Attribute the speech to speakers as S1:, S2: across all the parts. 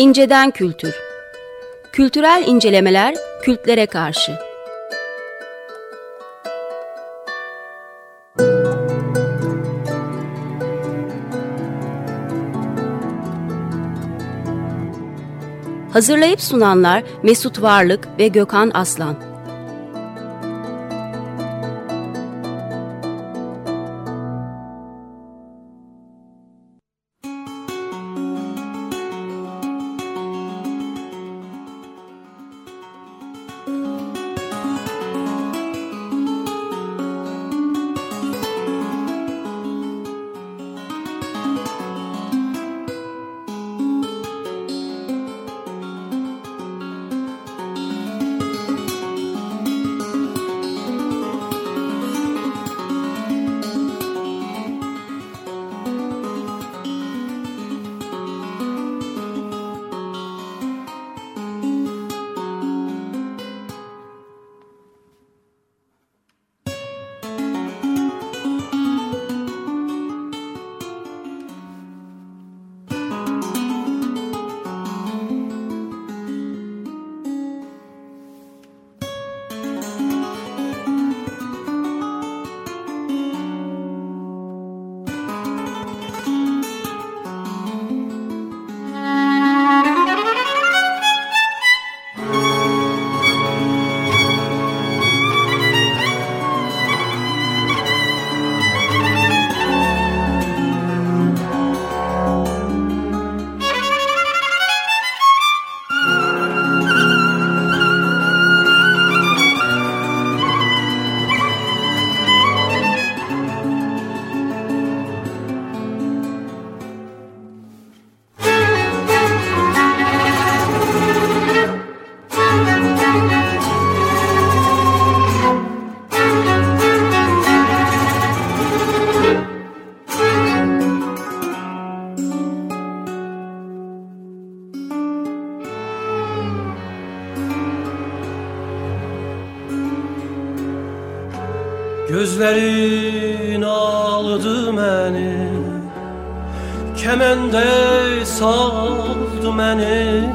S1: İnceden kültür. Kültürel incelemeler kültlere karşı. Hazırlayıp sunanlar Mesut Varlık ve Gökhan Aslan.
S2: Gözlerin aldı məni, kəməndə saldı məni.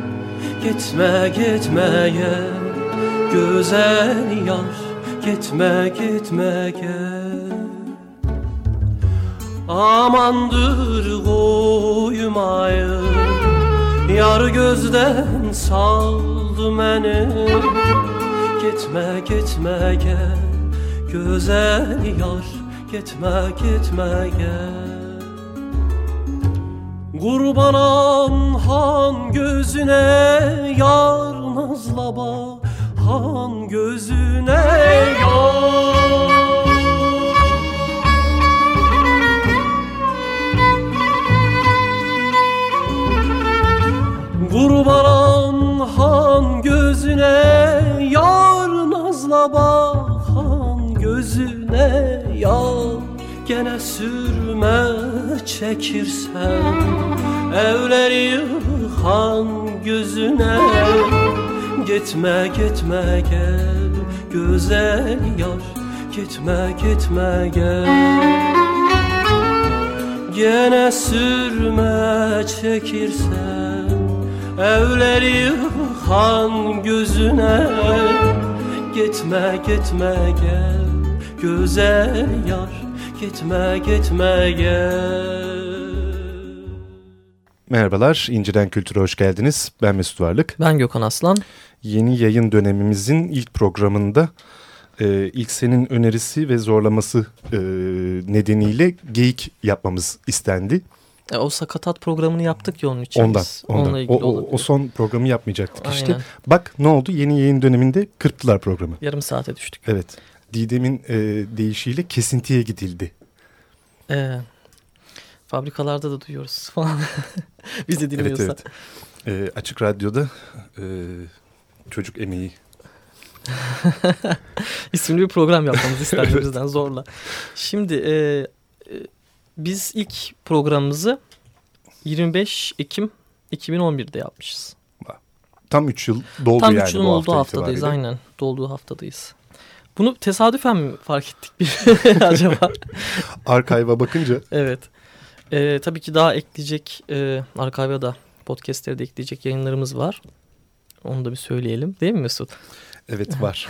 S2: Getmə, getməyə, gözəl yar, getmə, getməyə. Amandır qoymayın, yar gözdən saldı məni. Getmə, getməyə, gözəl yar, getmə, getməyə. Qurbanan han gözünə, yar nazla bax, han gözünə yar. Qurbanan han gözünə, yar nazla bax, gözünə yar. Gənə sürmə çəkirsən, evləri yıxan gözünə. Getmə, getmə gəl, gözəl yar, getmə, getmə gəl. Gənə sürmə çəkirsən, evləri yıxan gözünə. Getmə, getmə gəl, gözəl yar, getmə, getmə gəl.
S3: Merhabalar, İnceden Kültür'e hoş geldiniz. Ben Mesut Varlık.
S4: Ben Gökhan Aslan.
S3: Yeni yayın dönemimizin ilk programında ilk senin önerisi ve zorlaması nedeniyle geyik yapmamız istendi.
S4: O sakatat programını yaptık ya onun için.
S3: Ondan. O son programı yapmayacaktık. Aynen. İşte. Bak ne oldu, yeni yayın döneminde kırptılar programı.
S4: Yarım saate düştük.
S3: Evet. Didem'in deyişiyle kesintiye gidildi.
S4: Fabrikalarda da duyuyoruz falan. Biz de dinliyorsa.
S3: Evet, evet. Açık Radyo'da çocuk emeği.
S4: İsimli bir program yapmamızı isterdi evet. Bizden zorla. Şimdi biz ilk programımızı 25 Ekim 2011'de yapmışız.
S3: Tam 3 yıl doldu
S4: tam
S3: yani.
S4: Tam 3 yılın olduğu haftadayız itibariyle. Aynen. Dolduğu haftadayız. Bunu tesadüfen mi fark ettik acaba?
S3: Archive'a bakınca.
S4: Evet. Tabii ki daha ekleyecek, archive'a da Podcast'lere de ekleyecek yayınlarımız var. Onu da bir söyleyelim. Değil mi Mesut?
S3: Evet, var.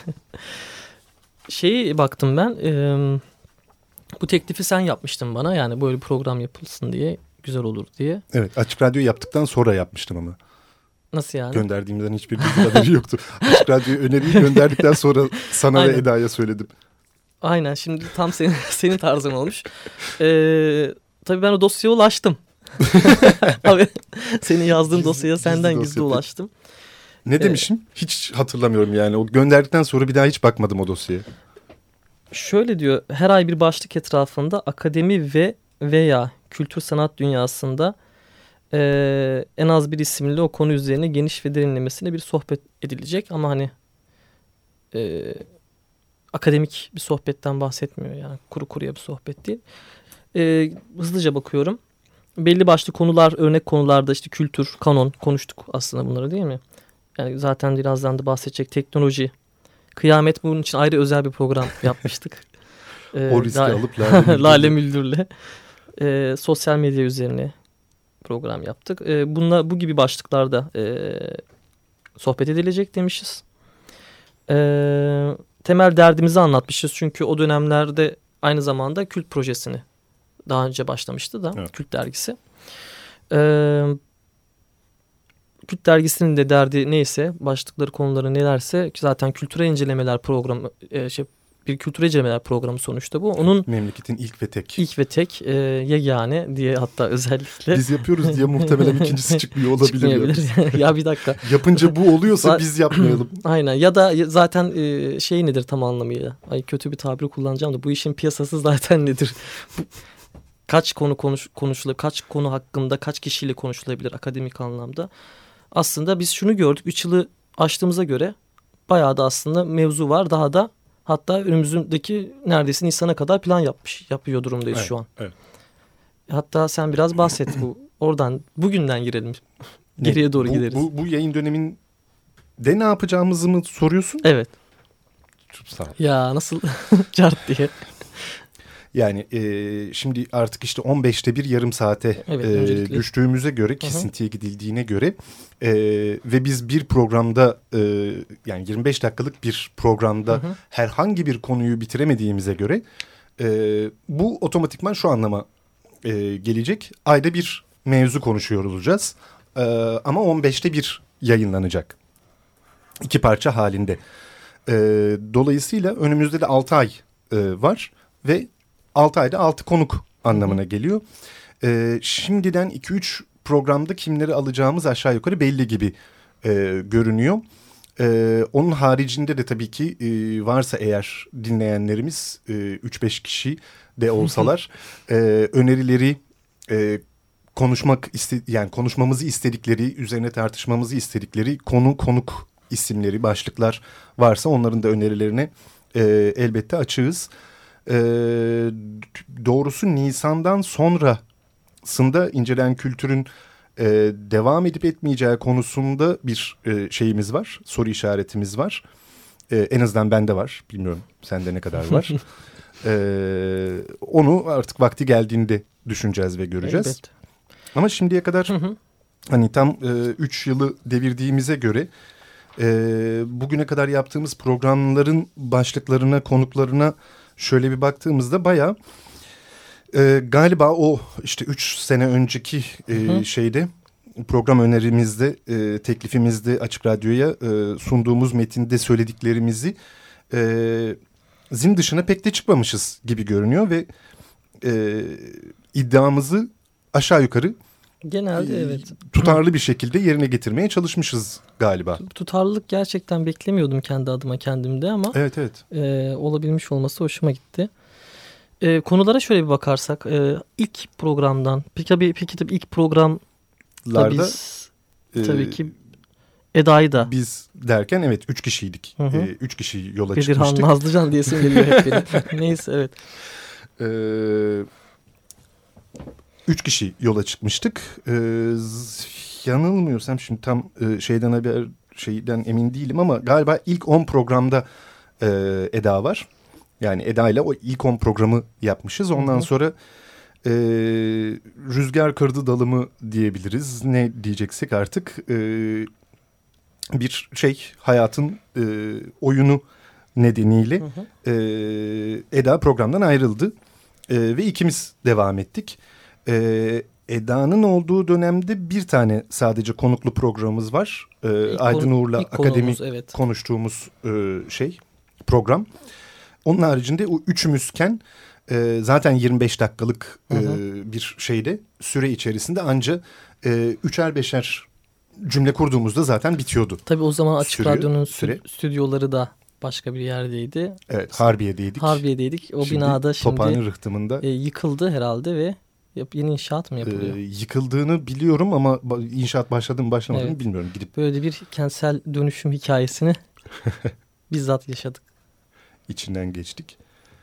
S4: Baktım ben. Bu teklifi sen yapmıştın bana. Yani böyle bir program yapılsın diye. Güzel olur diye.
S3: Evet, Açık Radyo yaptıktan sonra yapmıştım ama.
S4: Nasıl yani?
S3: Gönderdiğimden hiçbir haberi yoktu. Açık Radyo öneriyi gönderdikten sonra sana
S4: Aynen.
S3: ve Eda'ya söyledim.
S4: Aynen, şimdi tam senin tarzın olmuş. Tabii ben o dosyaya ulaştım. Abi, senin yazdığın dosyaya senden gizli ulaştım.
S3: Ne demişim? Hiç hatırlamıyorum yani. O gönderdikten sonra bir daha hiç bakmadım o dosyaya.
S4: Şöyle diyor: her ay bir başlık etrafında akademi ve veya kültür sanat dünyasında en az bir isimli o konu üzerine geniş ve derinlemesine bir sohbet edilecek. Ama hani akademik bir sohbetten bahsetmiyor, yani kuru kuruya bir sohbet değil. Hızlıca bakıyorum. Belli başlı konular, örnek konularda işte kültür, kanon konuştuk aslında bunları, değil mi? Yani zaten birazdan da bahsedecek teknoloji, kıyamet, bunun için ayrı özel bir program yapmıştık.
S3: O riski alıp
S4: Lale Müldür'le sosyal medya üzerine program yaptık. Bu gibi başlıklarda sohbet edilecek demişiz. Temel derdimizi anlatmışız. Çünkü o dönemlerde aynı zamanda Kült projesini daha önce başlamıştı da, evet. Kült dergisi. Kült dergisinin de derdi neyse, başlıkları, konuları nelerse, zaten kültürel incelemeler programı, bir kültürel incelemeler programı sonuçta bu. Onun
S3: memleketin ilk ve tek
S4: yegane diye, hatta özellikle.
S3: Biz yapıyoruz diye muhtemelen ikincisi çıkmıyor olabilir.
S4: Ya bir dakika.
S3: Yapınca bu oluyorsa biz yapmayalım.
S4: Aynen, ya da zaten nedir tam anlamıyla? Ay, kötü bir tabir kullanacağım da, bu işin piyasası zaten nedir? Kaç konu konuşulur, kaç konu hakkında kaç kişiyle konuşulabilir akademik anlamda? Aslında biz şunu gördük, 3 yılı aştığımıza göre bayağı da aslında mevzu var. Daha da hatta önümüzdeki neredeyse Nisan'a kadar plan yapıyor durumdayız, evet, şu an. Evet. Hatta sen biraz bahset oradan, bugünden girelim. Geriye doğru gideriz.
S3: Bu yayın döneminde ne yapacağımızı mı soruyorsun?
S4: Evet.
S3: Çok sağ ol.
S4: Ya nasıl cart diye.
S3: Yani şimdi artık işte 15'te bir yarım saate düştüğümüze göre, kesintiye gidildiğine göre ve biz bir programda yani 25 dakikalık bir programda herhangi bir konuyu bitiremediğimize göre bu otomatikman şu anlama gelecek: ayda bir mevzu konuşuyor olacağız ama 15'te bir yayınlanacak, 2 parça halinde. Dolayısıyla önümüzde de 6 ay var ve 6 ayda 6 konuk anlamına geliyor. Şimdiden 2-3 programda kimleri alacağımız aşağı yukarı belli gibi görünüyor. Onun haricinde de tabii ki varsa eğer dinleyenlerimiz 3-5 kişi de olsalar önerileri, konuşmamızı istedikleri, üzerine tartışmamızı istedikleri konuk isimleri, başlıklar varsa onların da önerilerine elbette açığız. Doğrusu Nisan'dan sonrasında İncelen Kültür'ün devam edip etmeyeceği konusunda bir şeyimiz var, soru işaretimiz var. En azından bende var, bilmiyorum sende ne kadar var. Onu artık vakti geldiğinde düşüneceğiz ve göreceğiz. Evet. Ama şimdiye kadar hani tam 3 yılı devirdiğimize göre bugüne kadar yaptığımız programların başlıklarına, konuklarına şöyle bir baktığımızda bayağı galiba o işte 3 sene önceki şeyde, program önerimizde, teklifimizde Açık Radyo'ya sunduğumuz metinde söylediklerimizi zin dışına pek de çıkmamışız gibi görünüyor ve iddiamızı aşağı yukarı
S4: genelde evet
S3: tutarlı bir şekilde yerine getirmeye çalışmışız galiba.
S4: Tutarlılık gerçekten beklemiyordum kendi adıma, kendimde, ama
S3: evet.
S4: Olabilmiş olması hoşuma gitti. Konulara şöyle bir bakarsak, ilk programdan peki tabii ilk programda biz tabii ki Eda'yı da.
S3: Biz derken evet 3 kişiydik. 3 kişi yola
S4: Bedirhan
S3: çıkmıştık.
S4: Bedirhan Nazlıcan diyesim geliyor hep benim. Neyse, evet.
S3: 3 kişi yola çıkmıştık. Yanılmıyorsam şimdi tam şeyden emin değilim ama galiba ilk 10 programda Eda var. Yani Eda ile o ilk 10 programı yapmışız. Ondan sonra Rüzgar kırdı dalımı diyebiliriz. Ne diyeceksek artık bir hayatın oyunu nedeniyle Eda programdan ayrıldı. Ve ikimiz devam ettik. Eda'nın olduğu dönemde bir tane sadece konuklu programımız var. Aydın Uğur'la akademi konuştuğumuz program. Onun haricinde o üçümüzken zaten 25 dakikalık bir süre içerisinde anca üçer beşer cümle kurduğumuzda zaten bitiyordu.
S4: Tabii o zaman Açık Radyo'nun stüdyoları da başka bir yerdeydi.
S3: Evet, Harbiye'deydik.
S4: O binada şimdi
S3: Tophane rıhtımında
S4: yıkıldı herhalde ve yeni inşaat mı yapılıyor?
S3: Yıkıldığını biliyorum ama inşaat başladı mı başlamadı mı bilmiyorum.
S4: Böyle bir kentsel dönüşüm hikayesini bizzat yaşadık.
S3: İçinden geçtik.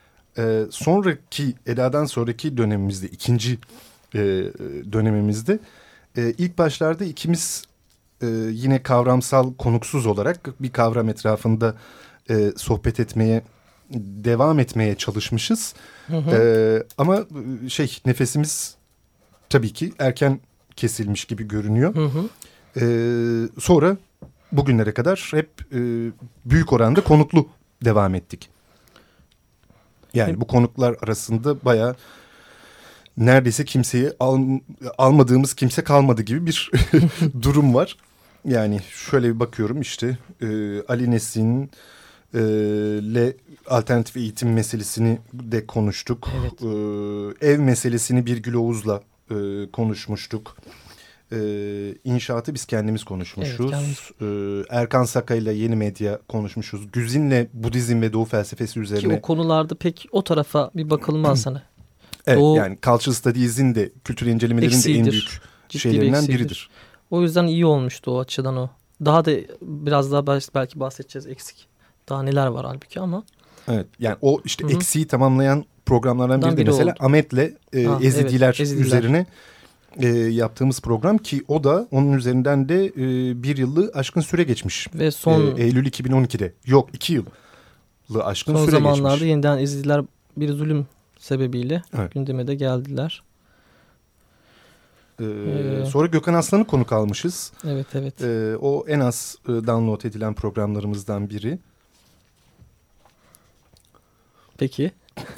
S3: Eda'dan sonraki dönemimizde, ikinci dönemimizde ilk başlarda ikimiz yine kavramsal konuksuz olarak bir kavram etrafında sohbet etmeye devam etmeye çalışmışız. Ama nefesimiz tabii ki erken kesilmiş gibi görünüyor. Sonra bugünlere kadar hep büyük oranda konuklu devam ettik. Yani bu konuklar arasında bayağı neredeyse kimseyi almadığımız kimse kalmadı gibi bir durum var. Yani şöyle bir bakıyorum Ali Nesin'le alternatif eğitim meselesini de konuştuk. Evet. Ev meselesini Birgül Oğuz'la konuşmuştuk. İnşaatı biz kendimiz konuşmuşuz. Evet, Erkan Sakay'la Yeni Medya konuşmuşuz. Güzin'le Budizm ve Doğu felsefesi üzerine.
S4: Ki o konularda pek o tarafa bir bakılmaz sana.
S3: Evet, yani Cultural Studies'in de kültür incelemelerin de en büyük şeylerinden biridir.
S4: O yüzden iyi olmuştu o açıdan o. Daha da biraz daha belki bahsedeceğiz eksik. Daha neler var halbuki ama.
S3: Evet, yani o eksiği tamamlayan programlardan biri de mesela Ahmet'le Ezidiler üzerine yaptığımız program ki o da onun üzerinden de bir yılı aşkın süre geçmiş.
S4: Ve son
S3: Eylül 2012'de. Yok, 2 yılı aşkın süre geçmiş.
S4: Son zamanlarda yeniden Ezidiler bir zulüm sebebiyle gündeme de geldiler.
S3: Sonra Gökhan Aslan'ı konuk almışız.
S4: Evet.
S3: O en az download edilen programlarımızdan biri.
S4: Peki.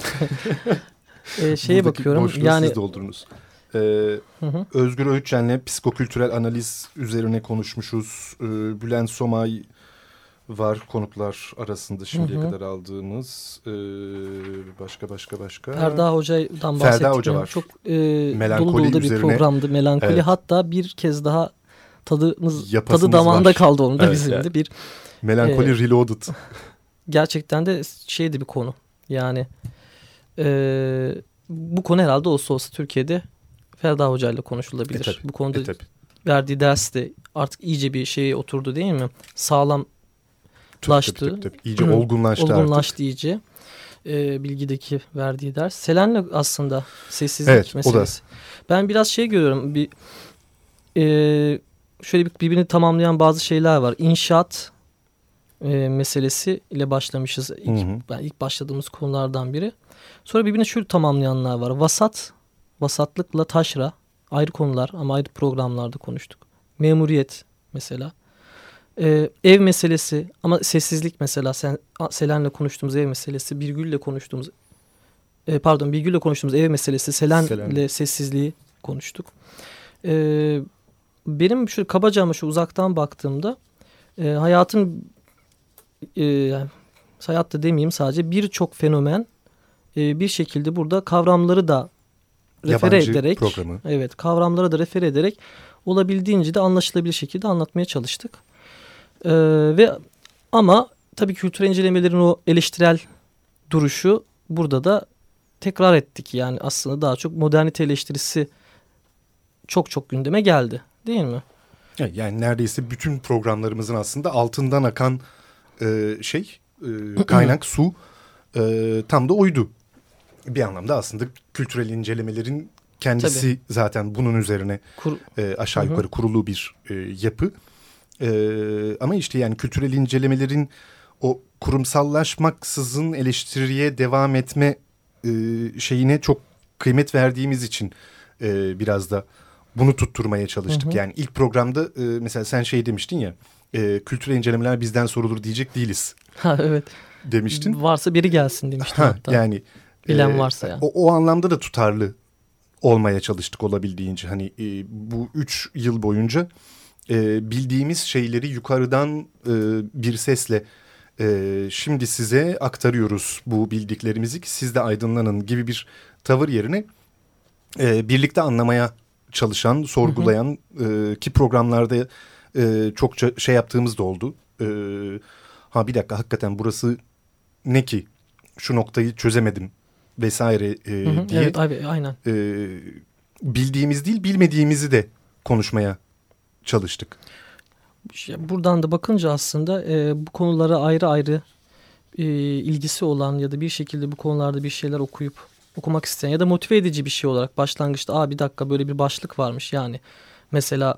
S4: Bakıyorum.
S3: Yani siz doldurunuz. Özgür Öğütçen'le psikokültürel analiz üzerine konuşmuşuz. Bülent Somay var konuklar arasında şimdiye kadar aldığımız. Başka.
S4: Ferda Hoca'dan bahsettik.
S3: Ferda Hoca var.
S4: Çok dolu bir programdı. Melankoli. Evet. Hatta bir kez daha tadı damağında kaldı onun da bizim de. Bir
S3: Melankoli Reloaded.
S4: Gerçekten de bir konu. Yani bu konu herhalde olsa Türkiye'de Ferda Hoca ile konuşulabilir. Bu konuda verdiği ders de artık iyice bir şeye oturdu değil mi? Sağlamlaştı.
S3: Tabii. İyice olgunlaştı
S4: iyice. Bilgideki verdiği ders. Selen'le aslında sessizlik meselesi. Ben biraz görüyorum. Şöyle birbirini tamamlayan bazı şeyler var. İnşaat meselesiyle başlamışız. İlk başladığımız konulardan biri. Sonra birbirini şöyle tamamlayanlar var. Vasatlıkla taşra ayrı konular ama ayrı programlarda konuştuk. Memuriyet mesela. Ev meselesi ama sessizlik mesela. Selen'le konuştuğumuz ev meselesi. Birgül'le konuştuğumuz ev meselesi. Selen'le sessizliği konuştuk. Benim şöyle kabaca ama uzaktan baktığımda hayatta demeyeyim sadece birçok fenomen bir şekilde burada kavramları da refere ederek
S3: programı.
S4: Evet, kavramlara da refere ederek olabildiğince de anlaşılabilir şekilde anlatmaya çalıştık. Ama tabii kültür incelemelerin o eleştirel duruşu burada da tekrar ettik. Yani aslında daha çok modernite eleştirisi çok gündeme geldi, değil mi?
S3: Yani neredeyse bütün programlarımızın aslında altından akan kaynak su tam da oydu. Bir anlamda aslında kültürel incelemelerin kendisi zaten bunun üzerine aşağı yukarı kurulu bir yapı. Ama yani kültürel incelemelerin o kurumsallaşmaksızın eleştiriye devam etme şeyine çok kıymet verdiğimiz için biraz da bunu tutturmaya çalıştık. Hı hı. Yani ilk programda mesela sen şey demiştin ya, kültürel incelemeler bizden sorulur diyecek değiliz.
S4: Ha, evet.
S3: Demiştin.
S4: Varsa biri gelsin demiştin hatta.
S3: Yani
S4: bilen varsa yani.
S3: O anlamda da tutarlı olmaya çalıştık olabildiğince. Hani bu 3 yıl boyunca bildiğimiz şeyleri yukarıdan bir sesle şimdi size aktarıyoruz bu bildiklerimizi ki siz de aydınlanın gibi bir tavır yerine birlikte anlamaya çalışan, sorgulayan ki programlarda çokça şey yaptığımız da oldu. Ha bir dakika, hakikaten burası ne ki? Şu noktayı çözemedim vesaire diye.
S4: Evet abi, aynen.
S3: Bildiğimiz değil, bilmediğimizi de konuşmaya çalıştık.
S4: Buradan da bakınca aslında bu konulara ayrı ayrı ilgisi olan ya da bir şekilde bu konularda bir şeyler okumak isteyen ya da motive edici bir şey olarak başlangıçta bir dakika böyle bir başlık varmış yani. Mesela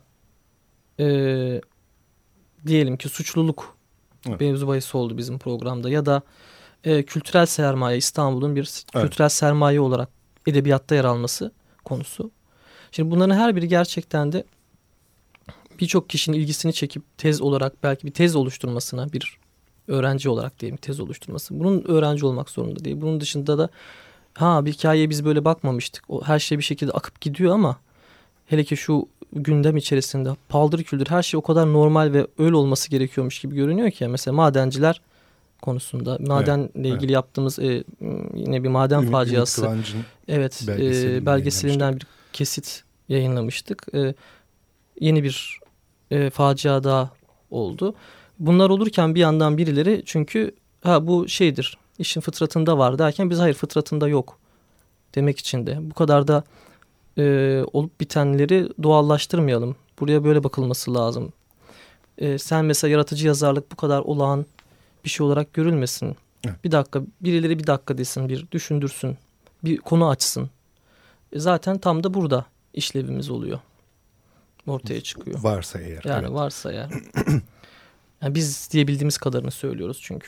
S4: diyelim ki suçluluk mevzu bahis oldu bizim programda ya da kültürel sermaye, İstanbul'un bir kültürel sermaye olarak edebiyatta yer alması konusu. Şimdi bunların her biri gerçekten de birçok kişinin ilgisini çekip tez olarak belki bir tez oluşturmasına, bir öğrenci olarak diyelim tez oluşturması. Bunun öğrenci olmak zorunda değil. Bunun dışında da bir hikayeye biz böyle bakmamıştık. Her şey bir şekilde akıp gidiyor ama hele ki şu gündem içerisinde paldır küldür her şey o kadar normal ve öyle olması gerekiyormuş gibi görünüyor ki. Mesela madenciler konusunda madenle ilgili yaptığımız yine bir maden faciası. Evet, belgeselinden bir kesit yayınlamıştık. Yeni bir facia daha oldu. Bunlar olurken bir yandan birileri çünkü bu şeydir, işin fıtratında var derken biz hayır fıtratında yok demek için de bu kadar da olup bitenleri doğallaştırmayalım. Buraya böyle bakılması lazım. Sen mesela yaratıcı yazarlık bu kadar olağan bir şey olarak görülmesin. Bir dakika, birileri bir dakika desin, bir düşündürsün, bir konu açsın. Zaten tam da burada işlevimiz oluyor. Ortaya çıkıyor.
S3: Varsa eğer.
S4: Yani
S3: evet.
S4: Varsa eğer. Yani biz diyebildiğimiz kadarını söylüyoruz çünkü.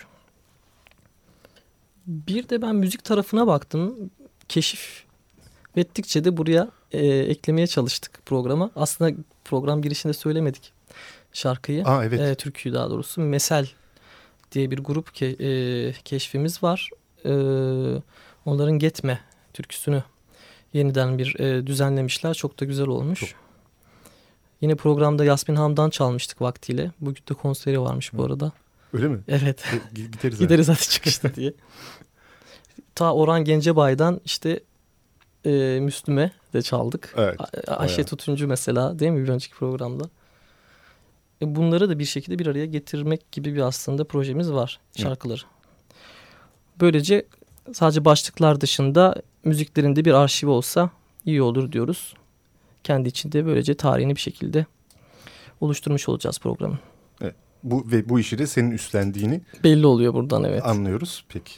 S4: Bir de ben müzik tarafına baktım. Keşif ettikçe de buraya eklemeye çalıştık programa. Aslında program girişinde söylemedik şarkıyı.
S3: Evet.
S4: Türküyü daha doğrusu. Mesel diye bir grup keşfimiz var. Onların Getme türküsünü yeniden bir düzenlemişler. Çok da güzel olmuş. Çok. Yine programda Yasmin Ham'dan çalmıştık vaktiyle. Bugün de konseri varmış bu arada.
S3: Öyle mi?
S4: Evet.
S3: Gideriz
S4: hadi çıkışta diye. Ta Orhan Gencebay'dan işte Müslüme de çaldık.
S3: Evet.
S4: Ayşe Tutuncu mesela, değil mi, bir önceki programda? Bunları da bir şekilde bir araya getirmek gibi bir aslında projemiz var, şarkıları. Böylece sadece başlıklar dışında müziklerinde bir arşiv olsa iyi olur diyoruz. Kendi içinde böylece tarihini bir şekilde oluşturmuş olacağız programın.
S3: Evet. Bu işi de senin üstlendiğini
S4: belli oluyor buradan, evet.
S3: Anlıyoruz. Peki.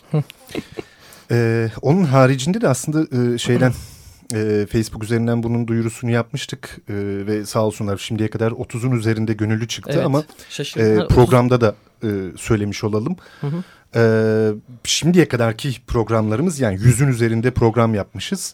S3: Onun haricinde de aslında Facebook üzerinden bunun duyurusunu yapmıştık ve sağ olsunlar şimdiye kadar 30'un üzerinde gönüllü çıktı, evet, ama programda da söylemiş olalım. Şimdiye kadarki programlarımız, yani 100'ün üzerinde program yapmışız.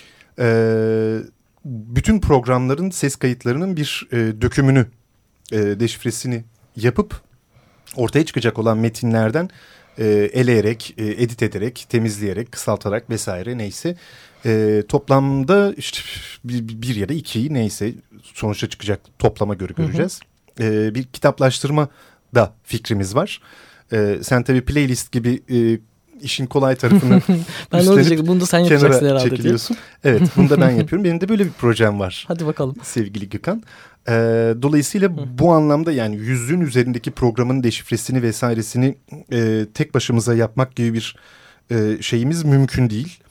S3: Bütün programların ses kayıtlarının bir dökümünü, deşifresini yapıp ortaya çıkacak olan metinlerden eleyerek, edit ederek, temizleyerek, kısaltarak vesaire neyse toplamda işte bir ya da 2'yi neyse sonuçta çıkacak, toplama göre göreceğiz. Bir kitaplaştırma da fikrimiz var. Sen tabii playlist gibi işin kolay tarafını
S4: ben üstlenip bunu da sen yapacaksın herhalde
S3: çekiliyorsun. Evet, bunu da ben yapıyorum. Benim de böyle bir projem var.
S4: Hadi bakalım.
S3: Sevgili Gökhan. Dolayısıyla bu anlamda yani 100'ün üzerindeki programın deşifresini vesairesini tek başımıza yapmak gibi bir şeyimiz mümkün değil.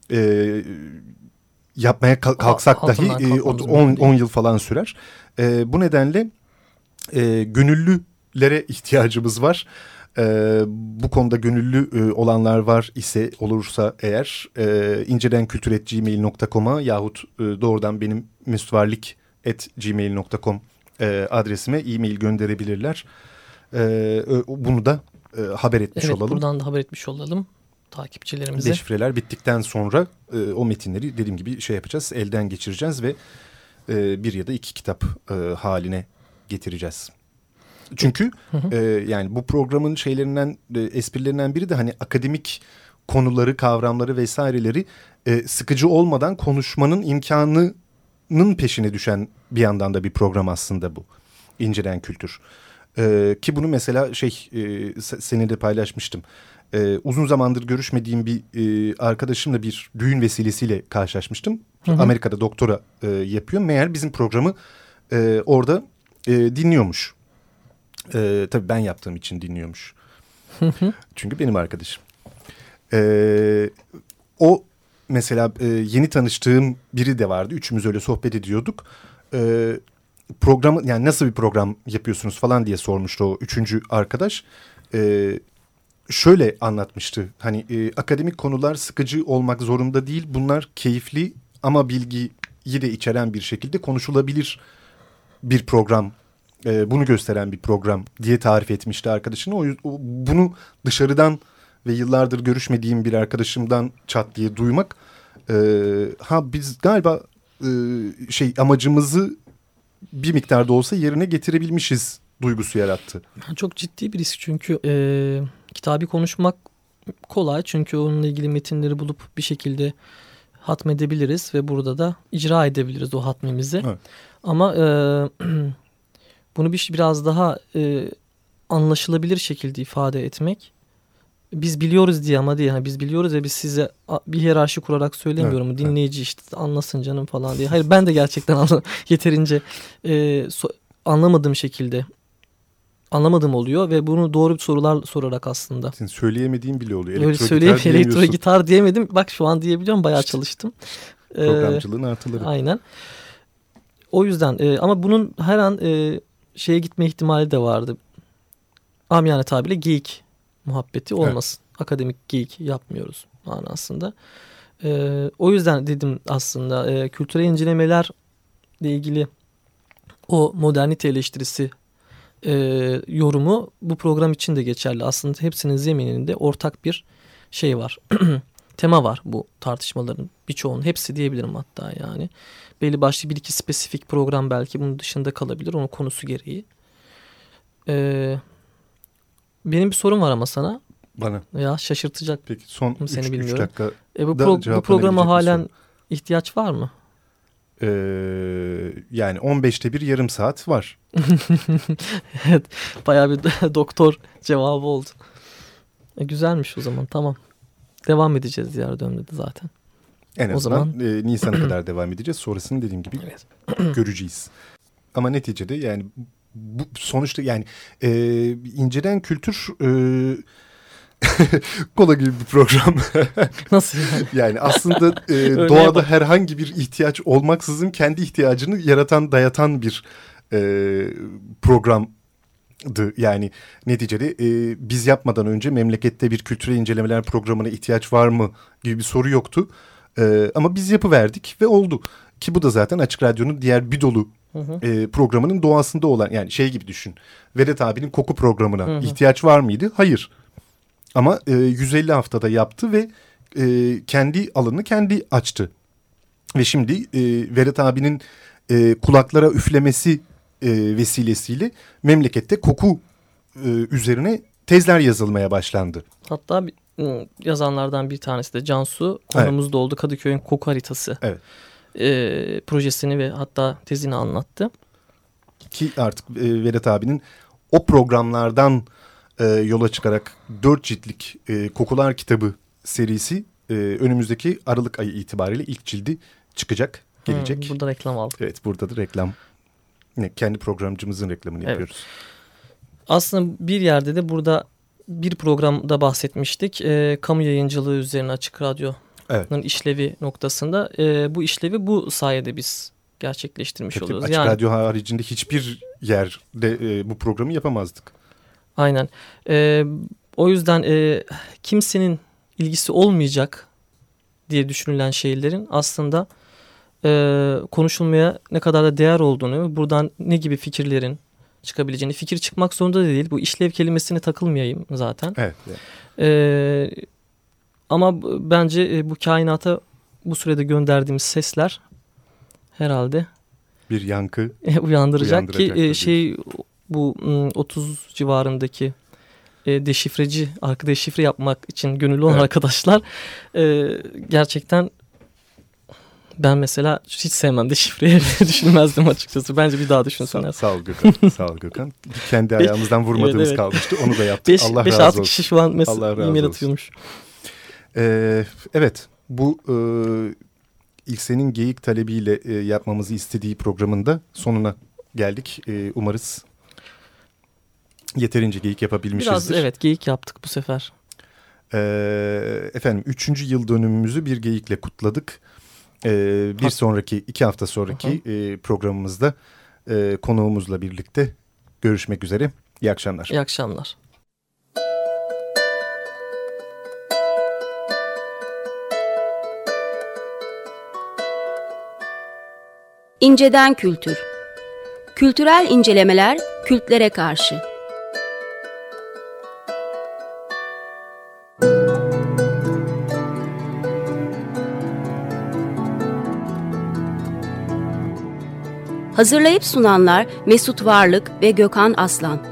S3: Yapmaya kalksak dahi 10 yıl falan sürer. Bu nedenle gönüllülere ihtiyacımız var. Bu konuda gönüllü olanlar var ise, olursa eğer incedenkultur@gmail.com'a yahut doğrudan benim mesutvarlik@gmail.com adresime e-mail gönderebilirler. Bunu da haber etmiş olalım.
S4: Buradan da haber etmiş olalım. takipçilerimize.
S3: Deşifreler bittikten sonra o metinleri dediğim gibi şey yapacağız, elden geçireceğiz ve bir ya da 2 kitap haline getireceğiz. Çünkü yani bu programın şeylerinden, esprilerinden biri de hani akademik konuları, kavramları vesaireleri sıkıcı olmadan konuşmanın imkanının peşine düşen bir yandan da bir program aslında bu. İncelen Kültür. Ki bunu mesela seninle de paylaşmıştım. Uzun zamandır görüşmediğim bir arkadaşımla bir düğün vesilesiyle karşılaşmıştım. Amerika'da doktora yapıyor. Meğer bizim programı orada dinliyormuş. Tabii ben yaptığım için dinliyormuş. Çünkü benim arkadaşım. O mesela yeni tanıştığım biri de vardı. Üçümüz öyle sohbet ediyorduk. Programı, yani nasıl bir program yapıyorsunuz falan diye sormuştu o üçüncü arkadaş. Şöyle anlatmıştı. Hani akademik konular sıkıcı olmak zorunda değil. Bunlar keyifli ama bilgiyi de içeren bir şekilde konuşulabilir bir program. Bunu gösteren bir program diye tarif etmişti arkadaşını. Bunu dışarıdan ve yıllardır görüşmediğim bir arkadaşımdan çat diye duymak, biz galiba amacımızı bir miktarda olsa yerine getirebilmişiz duygusu yarattı.
S4: Çok ciddi bir risk çünkü kitabı konuşmak kolay, çünkü onunla ilgili metinleri bulup bir şekilde hatmedebiliriz ve burada da icra edebiliriz o hatmimizi. Evet. Ama bunu biraz daha anlaşılabilir şekilde ifade etmek, biz biliyoruz diye ama değil. Yani biz biliyoruz ya, biz size bir hiyerarşi kurarak söylemiyorum. Evet, dinleyici işte anlasın canım falan diye. Hayır, ben de gerçekten yeterince anlamadığım şekilde anlamadığım oluyor ve bunu doğru sorular sorarak aslında.
S3: Senin söyleyemediğin bile oluyor.
S4: Öyle söyleyeyim, elektro gitar diyemedim. Bak şu an diyebiliyorum, bayağı çalıştım.
S3: Programcılığın artıları.
S4: Aynen. O yüzden ama bunun her an şeye gitme ihtimali de vardı. Amiyane tabirle geyik muhabbeti olmasın. Evet. Akademik geyik yapmıyoruz manasında. O yüzden dedim aslında kültürel incelemelerle ilgili o modernite eleştirisi yorumu bu program için de geçerli. Aslında hepsinin zemininde ortak bir şey var. Tema var bu tartışmaların birçoğunun. Hepsi diyebilirim hatta yani. Belli başlı bir iki spesifik program belki bunun dışında kalabilir. Onun konusu gereği. Benim bir sorum var ama sana.
S3: Bana.
S4: Ya şaşırtacak.
S3: Peki son 3 dakika.
S4: Bu programa halen ihtiyaç var mı?
S3: Yani 15'te bir yarım saat var.
S4: Evet. Bayağı bir doktor cevabı oldu. Güzelmiş o zaman, tamam. Devam edeceğiz diğer dönemde de zaten.
S3: En azından Nisan'a kadar devam edeceğiz. Sonrasını dediğim gibi göreceğiz. Ama neticede yani bu sonuçta yani incelen kültür kola gibi bir program.
S4: Nasıl yani?
S3: Yani aslında doğada herhangi bir ihtiyaç olmaksızın kendi ihtiyacını yaratan, dayatan bir programdı. Yani neticede biz yapmadan önce memlekette bir kültürel incelemeler programına ihtiyaç var mı gibi bir soru yoktu. Ama biz yapıverdik ve oldu. Ki bu da zaten Açık Radyo'nun diğer bir dolu programının doğasında olan, yani şey gibi düşün. Vedat abinin koku programına ihtiyaç var mıydı? Hayır. Ama 150 haftada yaptı ve kendi alanını kendi açtı. Ve şimdi Vedat abinin kulaklara üflemesi vesilesiyle memlekette koku üzerine tezler yazılmaya başlandı.
S4: Hatta yazanlardan bir tanesi de Cansu, konumuzda oldu. Kadıköy'ün koku haritası projesini ve hatta tezini anlattı.
S3: Ki artık Vedat abinin o programlardan yola çıkarak 4 ciltlik Kokular kitabı serisi önümüzdeki Aralık ayı itibariyle ilk cildi çıkacak, gelecek.
S4: Burada reklam aldık.
S3: Evet, burada da reklam. Kendi programcımızın reklamını yapıyoruz.
S4: Aslında bir yerde de burada bir programda bahsetmiştik. Kamu yayıncılığı üzerine Açık Radyo'nun işlevi noktasında. Bu işlevi bu sayede biz gerçekleştirmiş oluyoruz.
S3: Açık Radyo haricinde hiçbir yerde bu programı yapamazdık.
S4: Aynen. O yüzden kimsenin ilgisi olmayacak diye düşünülen şeylerin aslında konuşulmaya ne kadar da değer olduğunu, buradan ne gibi fikirlerin çıkabileceğini, fikir çıkmak zorunda değil. Bu işlev kelimesine takılmayayım zaten.
S3: Evet.
S4: Ama bence bu kainata bu sürede gönderdiğimiz sesler herhalde
S3: bir yankı
S4: uyandıracak ki bu 30 civarındaki deşifreci, arka deşifre yapmak için gönüllü olan arkadaşlar gerçekten ben mesela hiç sevmem deşifreyi düşünmezdim açıkçası. Bence bir daha düşünsünler.
S3: Sağ ol Gökhan. Sağ ol Gökhan. Kendi ayağımızdan vurmadığımız kalmıştı. Onu da yaptık. Allah razı olsun.
S4: 5-6 kişi şu an e-mail atıyormuş.
S3: Evet. Bu İlksen'in geyik talebiyle yapmamızı istediği programın da sonuna geldik. Umarız yeterince geyik yapabilmişizdir.
S4: Biraz geyik yaptık bu sefer.
S3: Efendim 3. yıl dönümümüzü bir geyikle kutladık. Bir sonraki 2 hafta sonraki programımızda konuğumuzla birlikte görüşmek üzere. İyi akşamlar.
S4: İyi akşamlar.
S1: İnceden Kültür. Kültürel incelemeler kültlere karşı. Hazırlayıp sunanlar Mesut Varlık ve Gökhan Aslan.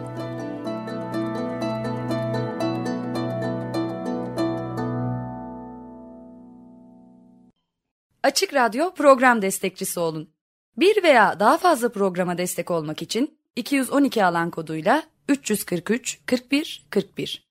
S5: Açık Radyo program destekçisi olun. Bir veya daha fazla programa destek olmak için 212 alan koduyla 343 41 41